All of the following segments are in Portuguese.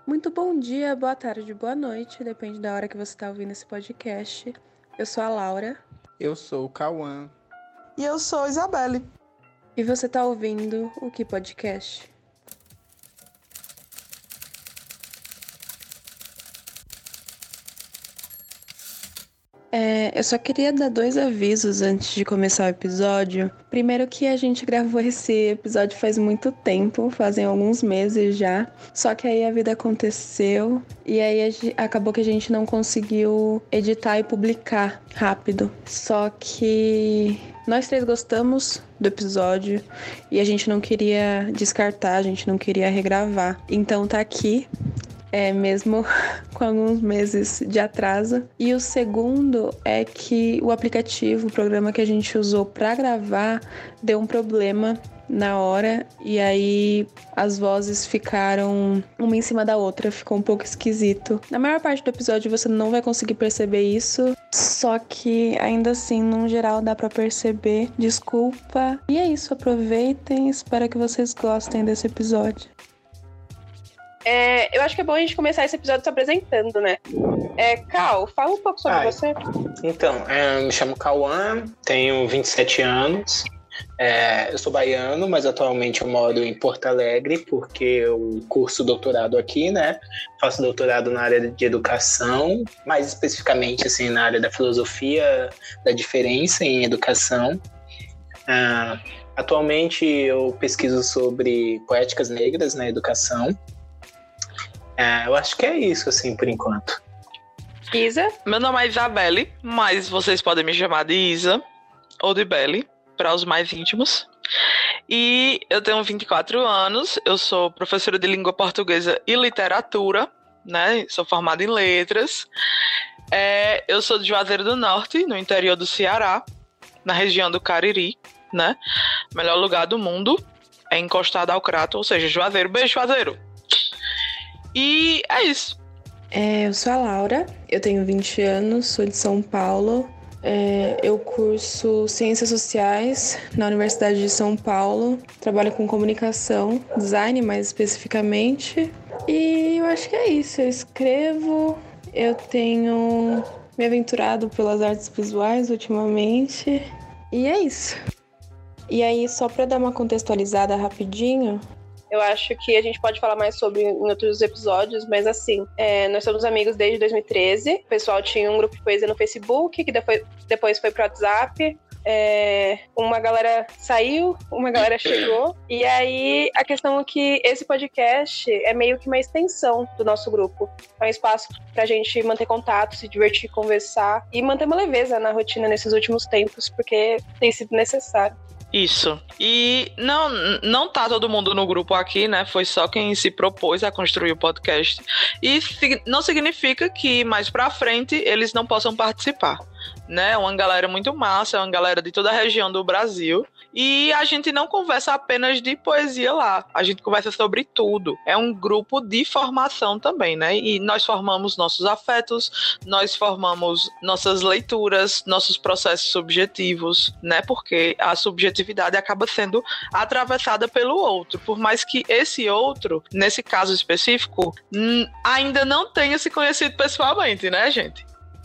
Muito bom dia, boa tarde, boa noite, depende da hora que você está ouvindo esse podcast. Eu sou a Laura. Eu sou o Cauã. E eu sou a Isabelle. E você está ouvindo o Que Podcast? Eu só queria dar 2 avisos antes de começar o episódio. Primeiro que a gente gravou esse episódio faz muito tempo, fazem alguns meses já. Só que aí a vida aconteceu e aí acabou que a gente não conseguiu editar e publicar rápido. Só que nós 3 gostamos do episódio e a gente não queria descartar, a gente não queria regravar. Então tá aqui. Mesmo com alguns meses de atraso. E o segundo é que o aplicativo, o programa que a gente usou para gravar, deu um problema na hora e aí as vozes ficaram uma em cima da outra, ficou um pouco esquisito. Na maior parte do episódio você não vai conseguir perceber isso, só que ainda assim, no geral, dá para perceber. Desculpa. E é isso, aproveitem, espero que vocês gostem desse episódio. Eu acho que é bom a gente começar esse episódio se apresentando, né? Cal, fala um pouco sobre você. Então, eu me chamo Cauã, tenho 27 anos, eu sou baiano, mas atualmente eu moro em Porto Alegre, porque eu curso doutorado aqui, né? Faço doutorado na área de educação, mais especificamente assim, na área da filosofia da diferença em educação. Atualmente eu pesquiso sobre poéticas negras na educação. Eu acho que é isso, assim, por enquanto. Isa? Meu nome é Isabelle, mas vocês podem me chamar de Isa ou de Belle, para os mais íntimos. E eu tenho 24 anos, eu sou professora de língua portuguesa e literatura, né? Sou formada em letras. Eu sou de Juazeiro do Norte, no interior do Ceará, na região do Cariri, né? Melhor lugar do mundo, é encostado ao Crato, ou seja, Juazeiro. Beijo, Juazeiro! E é isso. Eu sou a Laura, eu tenho 20 anos, sou de São Paulo. Eu curso Ciências Sociais na Universidade de São Paulo. Trabalho com comunicação, design mais especificamente. E eu acho que é isso. Eu escrevo, eu tenho me aventurado pelas artes visuais ultimamente. E é isso. E aí, só para dar uma contextualizada rapidinho... Eu acho que a gente pode falar mais sobre em outros episódios, mas assim, nós somos amigos desde 2013. O pessoal tinha um grupo de poesia no Facebook, que depois foi pro WhatsApp. Uma galera saiu, uma galera chegou. E aí, a questão é que esse podcast é meio que uma extensão do nosso grupo. É um espaço pra gente manter contato, se divertir, conversar e manter uma leveza na rotina nesses últimos tempos, porque tem sido necessário. Isso. E não tá todo mundo no grupo aqui, né? Foi só quem se propôs a construir o podcast. E não significa que mais pra frente eles não possam participar, né? É uma galera muito massa, é uma galera de toda a região do Brasil. E a gente não conversa apenas de poesia lá, a gente conversa sobre tudo. É um grupo de formação também, né? E nós formamos nossos afetos, nós formamos nossas leituras, nossos processos subjetivos, né? Porque a subjetividade acaba sendo atravessada pelo outro, por mais que esse outro, nesse caso específico, ainda não tenha se conhecido pessoalmente, né, gente?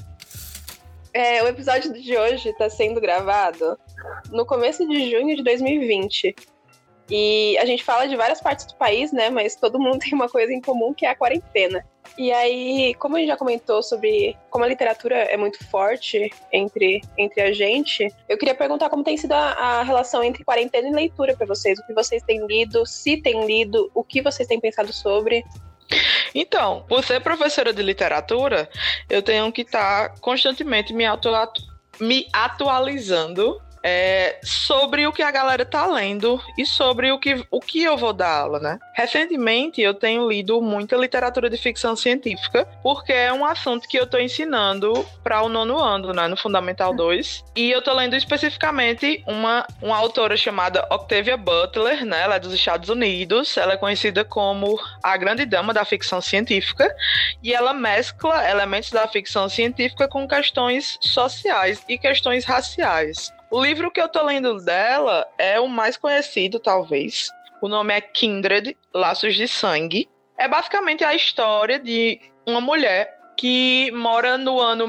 O episódio de hoje está sendo gravado no começo de junho de 2020. E a gente fala de várias partes do país, né? Mas todo mundo tem uma coisa em comum, que é a quarentena. E aí, como a gente já comentou sobre como a literatura é muito forte entre a gente, eu queria perguntar como tem sido a relação entre quarentena e leitura para vocês. O que vocês têm lido, se têm lido, o que vocês têm pensado sobre... Então, por ser professora de literatura, eu tenho que estar constantemente me atualizando sobre o que a galera tá lendo e sobre o que eu vou dar aula, né? Recentemente, eu tenho lido muita literatura de ficção científica, porque é um assunto que eu tô ensinando para o 9º ano, né? No Fundamental 2. E eu tô lendo especificamente uma autora chamada Octavia Butler, né? Ela é dos Estados Unidos. Ela é conhecida como a grande dama da ficção científica. E ela mescla elementos da ficção científica com questões sociais e questões raciais. O livro que eu tô lendo dela é o mais conhecido, talvez. O nome é Kindred, Laços de Sangue. É basicamente a história de uma mulher que mora no ano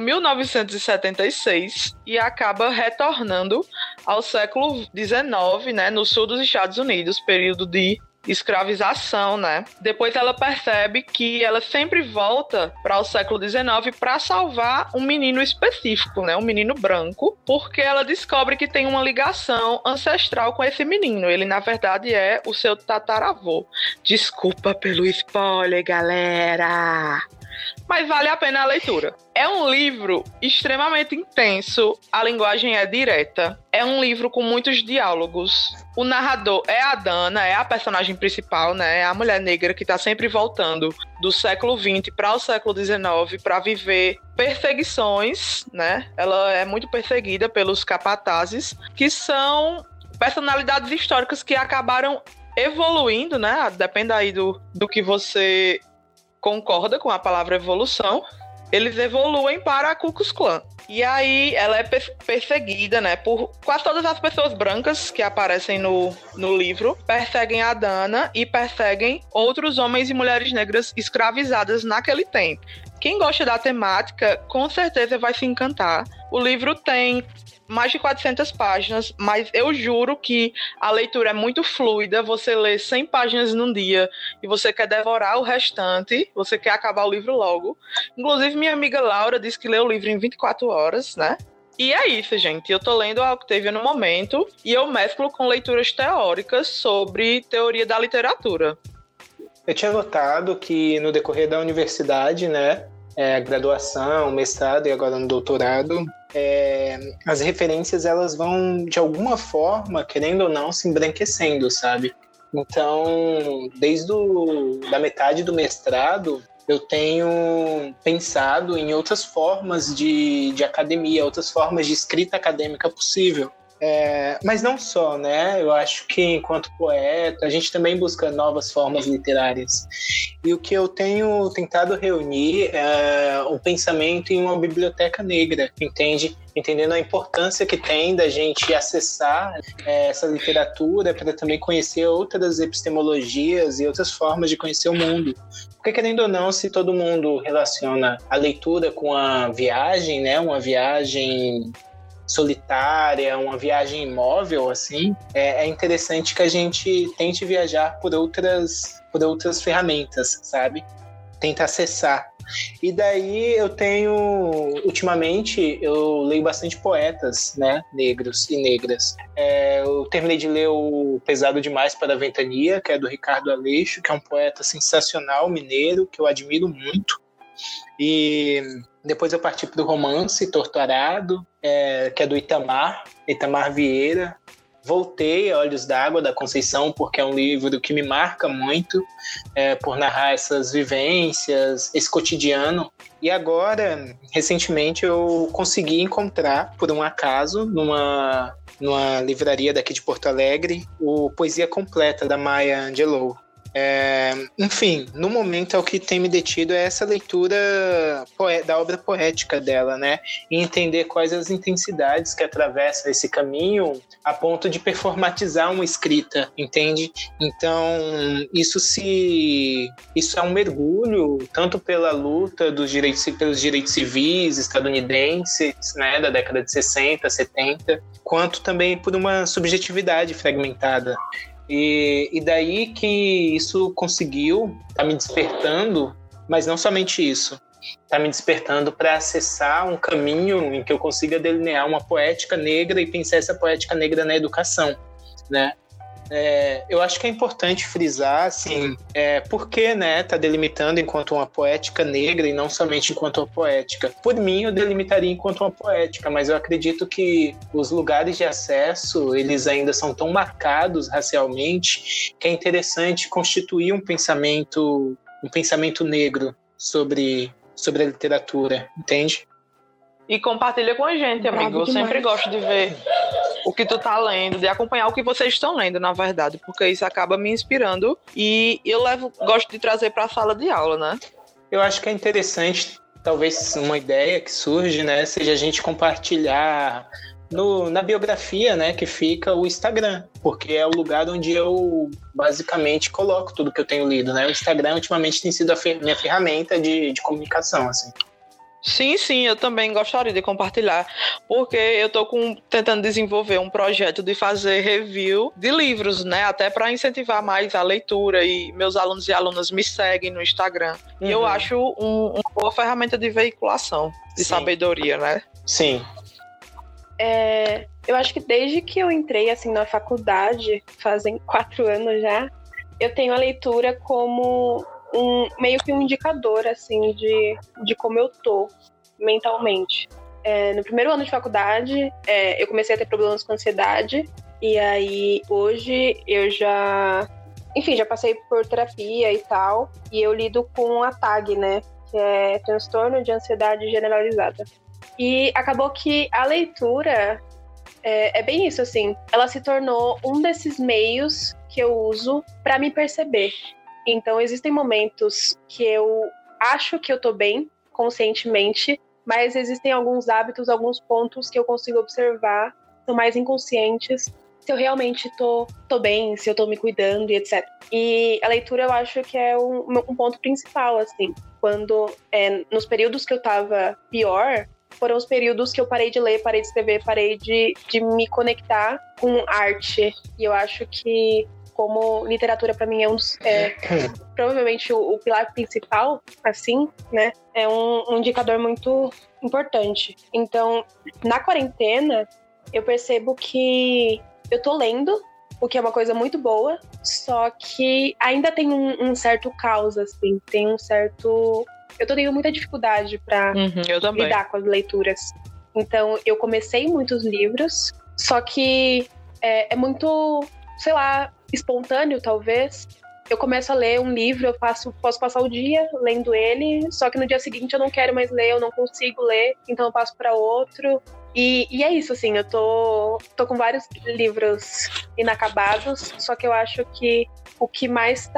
1976 e acaba retornando ao século XIX, né, no sul dos Estados Unidos, período de escravização, né? Depois ela percebe que ela sempre volta para o século XIX para salvar um menino específico, né? Um menino branco, porque ela descobre que tem uma ligação ancestral com esse menino. Ele, na verdade, é o seu tataravô. Desculpa pelo spoiler, galera! Mas vale a pena a leitura. É um livro extremamente intenso, a linguagem é direta, é um livro com muitos diálogos. O narrador é a Dana, é a personagem principal, né? É a mulher negra que está sempre voltando do século XX para o século XIX para viver perseguições, né? Ela é muito perseguida pelos capatazes, que são personalidades históricas que acabaram evoluindo, né? Depende aí do que você concorda com a palavra evolução, eles evoluem para a Ku Klux Klan. E aí ela é perseguida, né, por quase todas as pessoas brancas que aparecem no livro, perseguem a Dana e perseguem outros homens e mulheres negras escravizadas naquele tempo. Quem gosta da temática, com certeza vai se encantar. O livro tem mais de 400 páginas, mas eu juro que a leitura é muito fluida, você lê 100 páginas num dia e você quer devorar o restante, você quer acabar o livro logo. Inclusive, minha amiga Laura disse que leu o livro em 24 horas, né? E é isso, gente. Eu tô lendo a Octavia no momento e eu mesclo com leituras teóricas sobre teoria da literatura. Eu tinha notado que no decorrer da universidade, né, graduação, mestrado e agora no doutorado, as referências elas vão, de alguma forma, querendo ou não, se embranquecendo, sabe? Então, desde da metade do mestrado, eu tenho pensado em outras formas de academia, outras formas de escrita acadêmica possível. Mas não só, né? Eu acho que enquanto poeta, a gente também busca novas formas literárias. E o que eu tenho tentado reunir é o pensamento em uma biblioteca negra, entende? Entendendo a importância que tem da gente acessar essa literatura para também conhecer outras epistemologias e outras formas de conhecer o mundo. Porque, querendo ou não, se todo mundo relaciona a leitura com a viagem, né? Uma viagem solitária, uma viagem imóvel, assim, é interessante que a gente tente viajar por outras ferramentas, sabe? Tenta acessar. E daí ultimamente, eu leio bastante poetas, né, negros e negras. Eu terminei de ler o Pesado Demais para a Ventania, que é do Ricardo Aleixo, que é um poeta sensacional, mineiro, que eu admiro muito. E depois eu parti para o romance Torturado, que é do Itamar Vieira. Voltei a Olhos d'Água, da Conceição, porque é um livro que me marca muito, por narrar essas vivências, esse cotidiano. E agora, recentemente, eu consegui encontrar, por um acaso, numa livraria daqui de Porto Alegre, o Poesia Completa, da Maya Angelou. Enfim, no momento, o que tem me detido é essa leitura da obra poética dela, né? E entender quais as intensidades que atravessam esse caminho a ponto de performatizar uma escrita, entende? Então, isso é um mergulho tanto pela luta pelos direitos civis estadunidenses, né, da década de 60, 70, quanto também por uma subjetividade fragmentada. E daí que isso tá me despertando, mas não somente isso, tá me despertando para acessar um caminho em que eu consiga delinear uma poética negra e pensar essa poética negra na educação, né? Eu acho que é importante frisar, assim, por que, né, tá delimitando enquanto uma poética negra e não somente enquanto uma poética. Por mim, eu delimitaria enquanto uma poética, mas eu acredito que os lugares de acesso, eles ainda são tão marcados racialmente que é interessante constituir um pensamento negro sobre a literatura, entende? E compartilha com a gente, amigo. Eu sempre gosto de ver o que tu tá lendo, de acompanhar o que vocês estão lendo, na verdade, porque isso acaba me inspirando e eu gosto de trazer para a sala de aula, né? Eu acho que é interessante, talvez uma ideia que surge, né, seja a gente compartilhar na biografia, né, que fica o Instagram, porque é o lugar onde eu basicamente coloco tudo que eu tenho lido, né? O Instagram ultimamente tem sido a minha ferramenta de comunicação, assim. Sim, eu também gostaria de compartilhar, porque eu tô tentando desenvolver um projeto de fazer review de livros, né, até para incentivar mais a leitura, e meus alunos e alunas me seguem no Instagram. E eu acho uma boa ferramenta de veiculação, de sabedoria, né? Sim. Eu acho que desde que eu entrei assim na faculdade, fazem 4 anos já, eu tenho a leitura como meio que um indicador assim de como eu tô mentalmente. No primeiro ano de faculdade, eu comecei a ter problemas com ansiedade, e aí hoje eu já passei por terapia e tal, e eu lido com a TAG, né, que é transtorno de ansiedade generalizada. E acabou que a leitura é bem isso, assim, ela se tornou um desses meios que eu uso para me perceber. Então, existem momentos que eu acho que eu tô bem, conscientemente, mas existem alguns hábitos, alguns pontos que eu consigo observar, são mais inconscientes, se eu realmente tô bem, se eu tô me cuidando e etc. E a leitura, eu acho que é um ponto principal, assim. Quando, nos períodos que eu tava pior, foram os períodos que eu parei de ler, parei de escrever, parei de me conectar com arte. E eu acho que, como literatura para mim provavelmente o pilar principal, assim, né? É um indicador muito importante. Então, na quarentena, eu percebo que eu tô lendo, o que é uma coisa muito boa, só que ainda tem um certo caos, assim, tem um certo... Eu tô tendo muita dificuldade pra lidar com as leituras. Então, eu comecei muitos livros, só que é muito, sei lá, espontâneo, talvez. Eu começo a ler um livro, eu posso passar o dia lendo ele, só que no dia seguinte eu não quero mais ler, eu não consigo ler, então eu passo para outro. E é isso, assim, eu tô com vários livros inacabados, só que eu acho que o que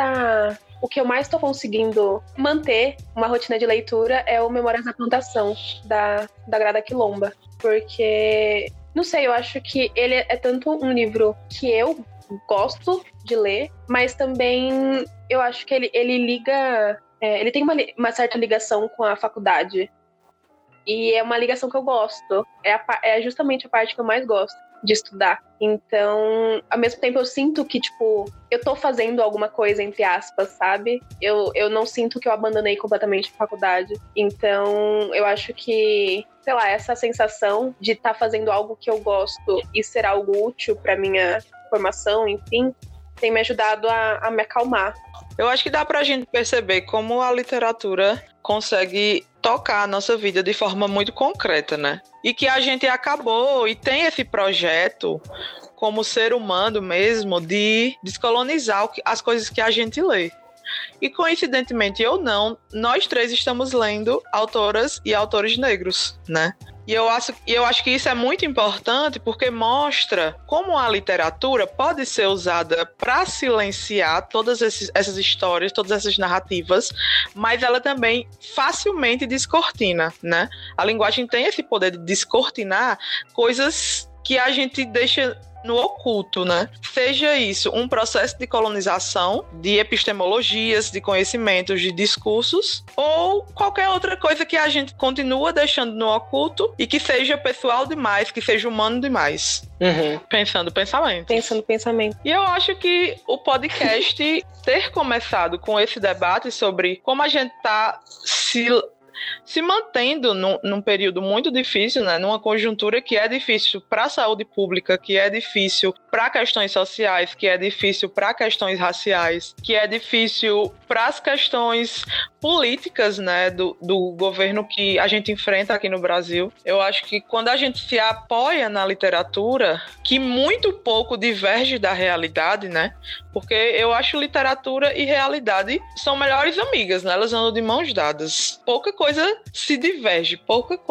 eu mais tô conseguindo manter uma rotina de leitura é o Memórias da Plantação, da Grada Quilomba. Porque, não sei, eu acho que ele é tanto um livro que eu gosto de ler, mas também eu acho que ele liga... ele tem uma certa ligação com a faculdade. E é uma ligação que eu gosto. É justamente a parte que eu mais gosto de estudar. Então, ao mesmo tempo eu sinto que, tipo, eu tô fazendo alguma coisa, entre aspas, sabe? Eu não sinto que eu abandonei completamente a faculdade. Então, eu acho que, sei lá, essa sensação de estar fazendo algo que eu gosto e ser algo útil pra minha formação, enfim, tem me ajudado a me acalmar. Eu acho que dá pra gente perceber como a literatura consegue tocar a nossa vida de forma muito concreta, né? E que a gente acabou e tem esse projeto como ser humano mesmo de descolonizar as coisas que a gente lê. E coincidentemente ou não, nós três estamos lendo autoras e autores negros, né? E eu acho que isso é muito importante porque mostra como a literatura pode ser usada para silenciar todas essas histórias, todas essas narrativas, mas ela também facilmente descortina, né? A linguagem tem esse poder de descortinar coisas que a gente deixa no oculto, né? Seja isso um processo de colonização, de epistemologias, de conhecimentos, de discursos, ou qualquer outra coisa que a gente continua deixando no oculto e que seja pessoal demais, que seja humano demais. Pensando pensamento. E eu acho que o podcast ter começado com esse debate sobre como a gente tá se mantendo num período muito difícil, né? Numa conjuntura que é difícil para a saúde pública, que é difícil para questões sociais, que é difícil para questões raciais, que é difícil para as questões políticas, né, do governo que a gente enfrenta aqui no Brasil. Eu acho que quando a gente se apoia na literatura, que muito pouco diverge da realidade, né? Porque eu acho literatura e realidade são melhores amigas, né? Elas andam de mãos dadas. Pouca coisa coisa se diverge,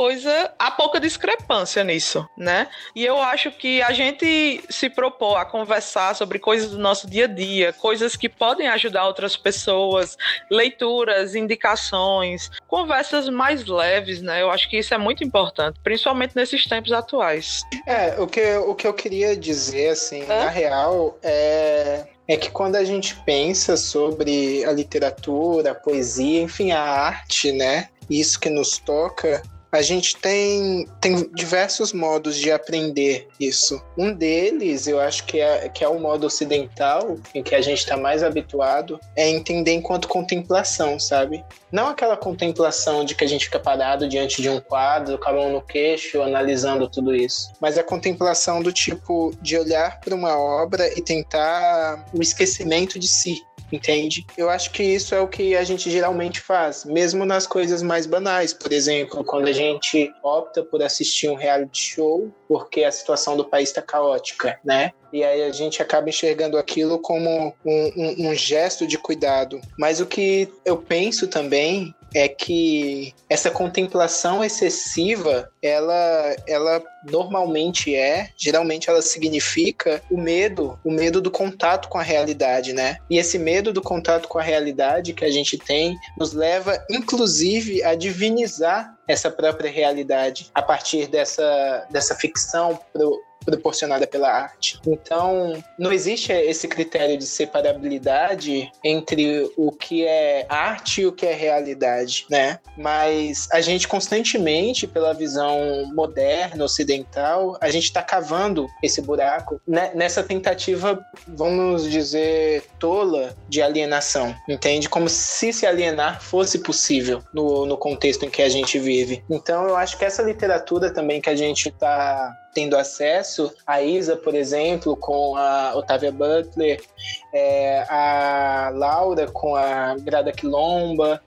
há pouca discrepância nisso, né? E eu acho que a gente se propor a conversar sobre coisas do nosso dia a dia, coisas que podem ajudar outras pessoas, leituras, indicações, conversas mais leves, né? Eu acho que isso é muito importante, principalmente nesses tempos atuais. O que eu queria dizer, assim, na real, é que quando a gente pensa sobre a literatura, a poesia, enfim, a arte, né? Isso que nos toca, a gente tem diversos modos de aprender isso. Um deles, eu acho que é o modo ocidental, em que a gente está mais habituado, é entender enquanto contemplação, sabe? Não aquela contemplação de que a gente fica parado diante de um quadro, com a mão no queixo, analisando tudo isso. Mas a contemplação do tipo de olhar para uma obra e tentar o esquecimento de si. Entende? Eu acho que isso é o que a gente geralmente faz, mesmo nas coisas mais banais. Por exemplo, quando a gente opta por assistir um reality show porque a situação do país está caótica, né? E aí a gente acaba enxergando aquilo como um gesto de cuidado. Mas o que eu penso também é que essa contemplação excessiva, ela normalmente geralmente ela significa o medo do contato com a realidade, né? E esse medo do contato com a realidade que a gente tem nos leva, inclusive, a divinizar essa própria realidade a partir dessa ficção proporcionada pela arte. Então, não existe esse critério de separabilidade entre o que é arte e o que é realidade, né? Mas a gente constantemente, pela visão moderna, ocidental, a gente está cavando esse buraco, né? Nessa tentativa, vamos dizer, tola de alienação, entende? Como se alienar fosse possível no contexto em que a gente vive. Então, eu acho que essa literatura também que a gente está tendo acesso, a Isa, por exemplo, com a Octavia Butler, a Laura com a Grada Quilomba,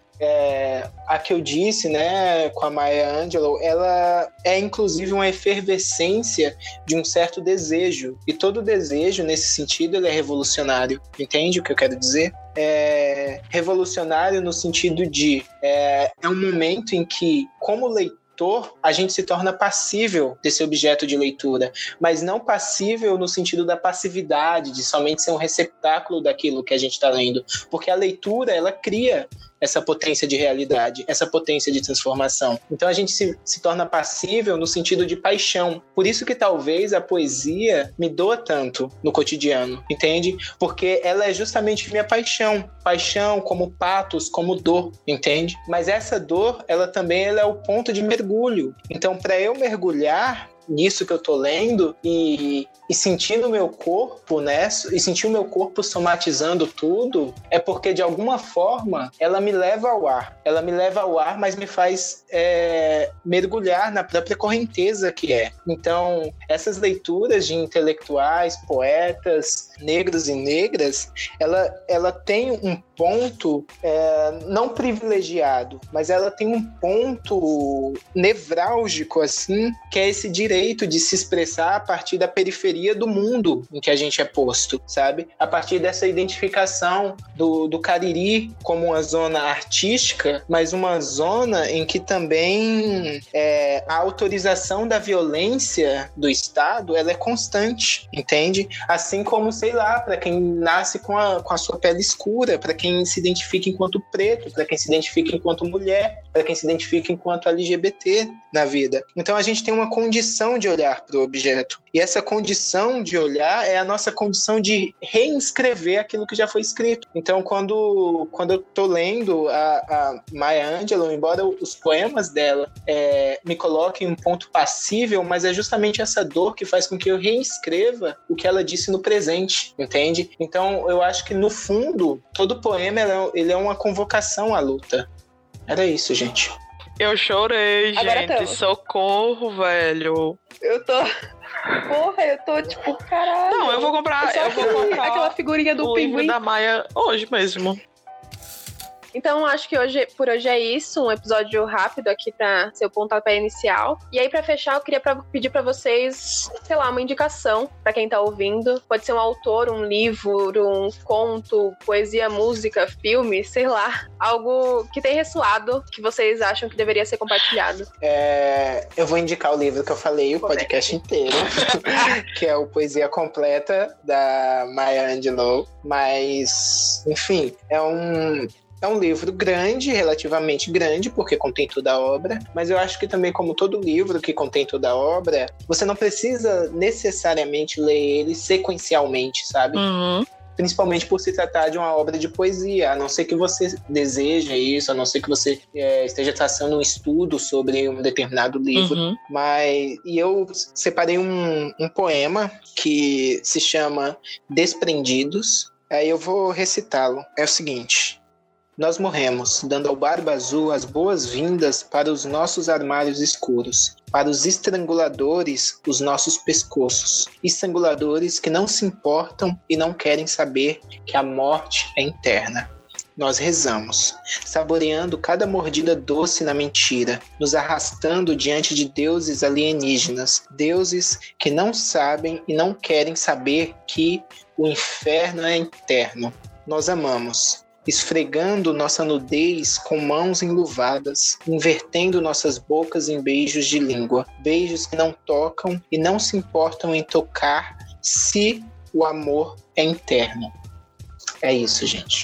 a que eu disse, né, com a Maya Angelou, ela é inclusive uma efervescência de um certo desejo, e todo desejo nesse sentido ele é revolucionário, entende o que eu quero dizer? Revolucionário no sentido de é um momento em que, como leitor, a gente se torna passível desse objeto de leitura, mas não passível no sentido da passividade, de somente ser um receptáculo daquilo que a gente está lendo, porque a leitura, ela cria essa potência de realidade, essa potência de transformação. Então a gente se torna passível no sentido de paixão. Por isso que talvez a poesia me doa tanto no cotidiano, entende? Porque ela é justamente minha paixão. Paixão como patos, como dor, entende? Mas essa dor, ela também é o ponto de mergulho. Então, para eu mergulhar nisso que eu tô lendo e sentindo o meu corpo, né? E sentir o meu corpo somatizando tudo, é porque de alguma forma ela me leva ao ar. Ela me leva ao ar, mas me faz mergulhar na própria correnteza que é. Então, essas leituras de intelectuais, poetas, negros e negras, ela tem um ponto não privilegiado, mas ela tem um ponto nevrálgico, assim, que é esse direito de se expressar a partir da periferia do mundo em que a gente é posto, sabe? A partir dessa identificação do Cariri como uma zona artística, mas uma zona em que também a autorização da violência do Estado, ela é constante, entende? Assim como, sei lá, para quem nasce com a sua pele escura, para quem se identifica enquanto preto, para quem se identifica enquanto mulher, para quem se identifica enquanto LGBT na vida. Então a gente tem uma condição de olhar para o objeto. E essa condição de olhar é a nossa condição de reinscrever aquilo que já foi escrito. Então, quando eu estou lendo a Maya Angelou, embora os poemas dela me coloquem um ponto passível, mas é justamente essa dor que faz com que eu reescreva o que ela disse no presente, entende? Então, eu acho que, no fundo, todo poema ele é uma convocação à luta. Era isso, gente. Eu chorei, Agora gente. Socorro, velho. Eu tô tipo, caralho. Não, eu vou comprar aquela figurinha do o livro pinguim da Maya hoje mesmo. Então, acho que por hoje é isso. Um episódio rápido aqui pra ser o pontapé inicial. E aí, pra fechar, eu queria pedir pra vocês, sei lá, uma indicação pra quem tá ouvindo. Pode ser um autor, um livro, um conto, poesia, música, filme, sei lá. Algo que tem ressoado, que vocês acham que deveria ser compartilhado. Eu vou indicar o livro que eu falei, o podcast inteiro, que é o Poesia Completa, da Maya Angelou. Mas, enfim, é um livro grande, relativamente grande, porque contém toda a obra, mas eu acho que também, como todo livro que contém toda a obra, você não precisa necessariamente ler ele sequencialmente, sabe? Uhum. Principalmente por se tratar de uma obra de poesia, a não ser que você deseje isso, a não ser que você esteja traçando um estudo sobre um determinado livro. Uhum. E eu separei um poema que se chama Desprendidos. Aí eu vou recitá-lo. É o seguinte: nós morremos, dando ao Barba Azul as boas-vindas para os nossos armários escuros, para os estranguladores, os nossos pescoços, estranguladores que não se importam e não querem saber que a morte é interna. Nós rezamos, saboreando cada mordida doce na mentira, nos arrastando diante de deuses alienígenas, deuses que não sabem e não querem saber que o inferno é interno. Nós amamos, esfregando nossa nudez com mãos enluvadas, invertendo nossas bocas em beijos de língua, beijos que não tocam e não se importam em tocar se o amor é interno. É isso, gente.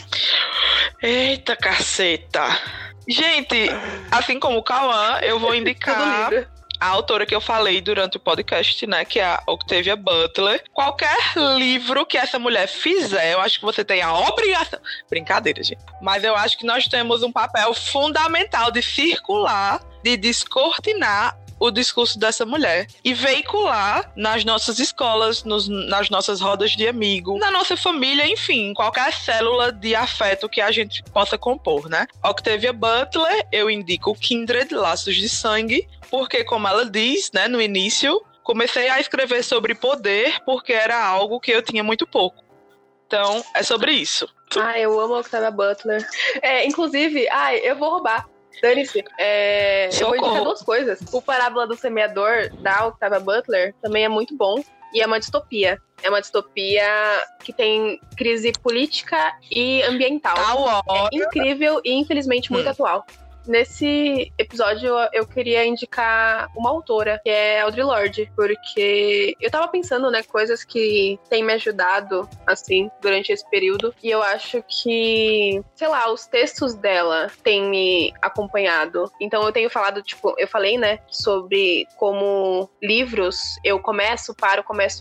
Eita, caceta! Gente, assim como o Cauã, eu vou indicar a autora que eu falei durante o podcast, né, que é a Octavia Butler. Qualquer livro que essa mulher fizer, eu acho que você tem a obrigação... Brincadeira, gente. Mas eu acho que nós temos um papel fundamental de circular, de descortinar o discurso dessa mulher e veicular nas nossas escolas, nas nossas rodas de amigo, na nossa família, enfim, qualquer célula de afeto que a gente possa compor, né? Octavia Butler, eu indico Kindred, Laços de Sangue, porque, como ela diz, né, no início, comecei a escrever sobre poder porque era algo que eu tinha muito pouco. Então, é sobre isso. Eu amo a Octavia Butler. Inclusive, eu vou roubar. Dane-se. Eu vou indicar duas coisas. O Parábola do Semeador, da Octavia Butler, também é muito bom. E é uma distopia. É uma distopia que tem crise política e ambiental. É incrível e, infelizmente, muito atual. Nesse episódio, eu queria indicar uma autora, que é Audre Lorde, porque eu tava pensando, né, coisas que têm me ajudado, assim, durante esse período, e eu acho que, sei lá, os textos dela têm me acompanhado. Então eu tenho falado, eu falei, né, sobre como livros, eu começo, paro.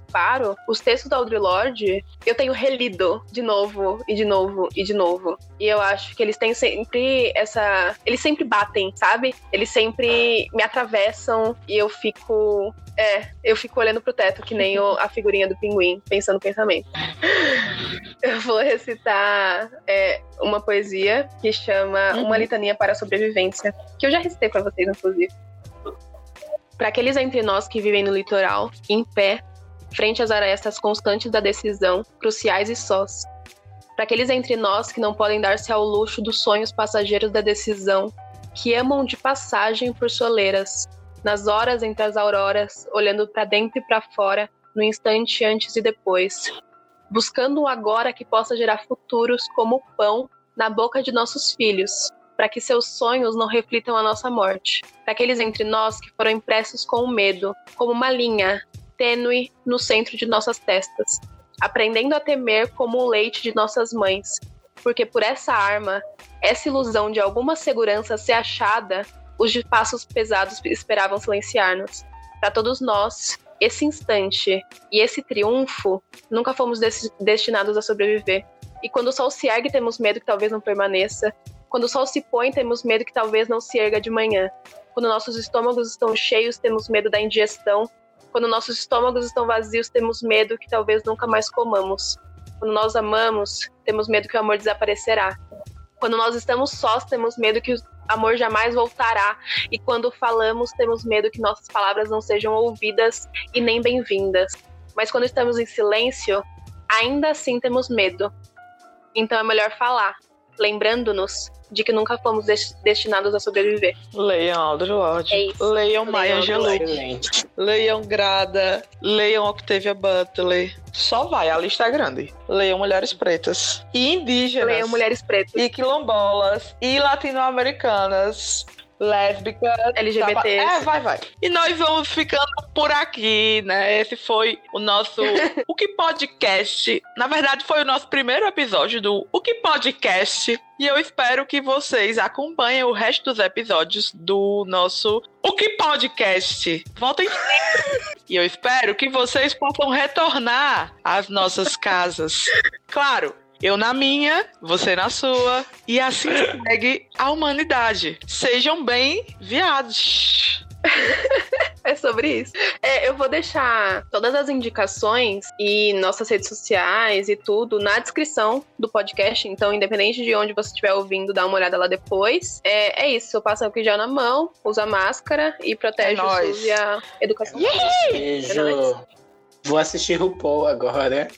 Os textos da Audre Lorde, eu tenho relido de novo, e de novo, e de novo. E eu acho que eles têm sempre eles sempre batem, sabe? Eles sempre me atravessam e eu fico olhando pro teto, que nem a figurinha do pinguim, pensando o pensamento. Eu vou recitar uma poesia que chama Uma Litania para a Sobrevivência, que eu já recitei pra vocês, inclusive. Para aqueles entre nós que vivem no litoral, em pé, frente às arestas constantes da decisão, cruciais e sós. Para aqueles entre nós que não podem dar-se ao luxo dos sonhos passageiros da decisão, que amam de passagem por soleiras, nas horas entre as auroras, olhando para dentro e para fora, no instante antes e depois, buscando um agora que possa gerar futuros como pão na boca de nossos filhos, para que seus sonhos não reflitam a nossa morte. Para aqueles entre nós que foram impressos com o medo, como uma linha tênue no centro de nossas testas, aprendendo a temer como o leite de nossas mães, porque por essa arma, essa ilusão de alguma segurança ser achada, os de passos pesados esperavam silenciar-nos. Para todos nós, esse instante e esse triunfo, nunca fomos destinados a sobreviver. E quando o sol se ergue, temos medo que talvez não permaneça. Quando o sol se põe, temos medo que talvez não se erga de manhã. Quando nossos estômagos estão cheios, temos medo da indigestão. Quando nossos estômagos estão vazios, temos medo que talvez nunca mais comamos. Quando nós amamos, temos medo que o amor desaparecerá. Quando nós estamos sós, temos medo que o amor jamais voltará. E quando falamos, temos medo que nossas palavras não sejam ouvidas e nem bem-vindas. Mas quando estamos em silêncio, ainda assim temos medo. Então é melhor falar, lembrando-nos de que nunca fomos destinados a sobreviver. Leiam Audre Lorde. É isso. Leiam Leiam Maya Audre Angelou. Excelente. Leiam Grada. Leiam Octavia Butler. Só vai, a lista é grande. Leiam Mulheres Pretas. E indígenas. Leiam Mulheres Pretas. E quilombolas. E latino-americanas. Lésbicas. LGBTs. Vai. E nós vamos ficando por aqui, né? Esse foi o nosso O Que Podcast. Na verdade, foi o nosso primeiro episódio do O Que Podcast. E eu espero que vocês acompanhem o resto dos episódios do nosso O Que Podcast. Voltem sempre. E eu espero que vocês possam retornar às nossas casas. Claro, eu na minha, você na sua. E assim segue a humanidade. Sejam bem viados. É sobre isso. Eu vou deixar todas as indicações e nossas redes sociais e tudo na descrição do podcast. Então, independente de onde você estiver ouvindo, dá uma olhada lá depois. É isso. Passa o gel na mão, usa máscara e protege o SUS e a educação. Beijo. Vou assistir RuPaul agora.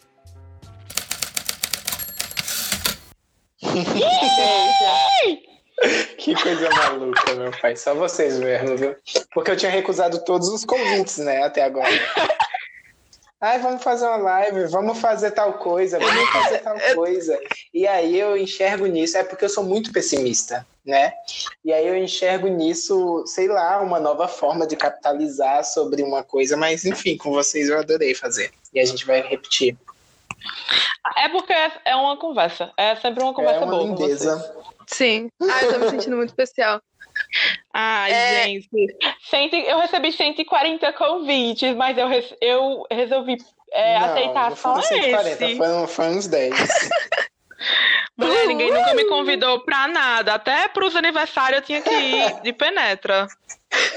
Que coisa maluca, meu pai. Só vocês mesmo, viu? Porque eu tinha recusado todos os convites, né, até agora. Ai, vamos fazer uma live, vamos fazer tal coisa, vamos fazer tal coisa. E aí eu enxergo nisso, é porque eu sou muito pessimista, né? E aí eu enxergo nisso, sei lá, uma nova forma de capitalizar sobre uma coisa, mas enfim, com vocês eu adorei fazer. E a gente vai repetir. É porque é uma conversa. É sempre uma conversa boa. Lindeza. Com vocês. Sim. Eu tô me sentindo muito especial. Ai, gente. Eu recebi 140 convites, mas eu resolvi aceitar só 140, esse. Foram uns 10. Mulher, ninguém nunca me convidou pra nada. Até pros aniversários eu tinha que ir de penetra.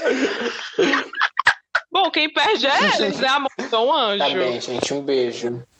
Bom, quem perde é eles, né, amor? São um anjo. Tá bem, gente. Um beijo.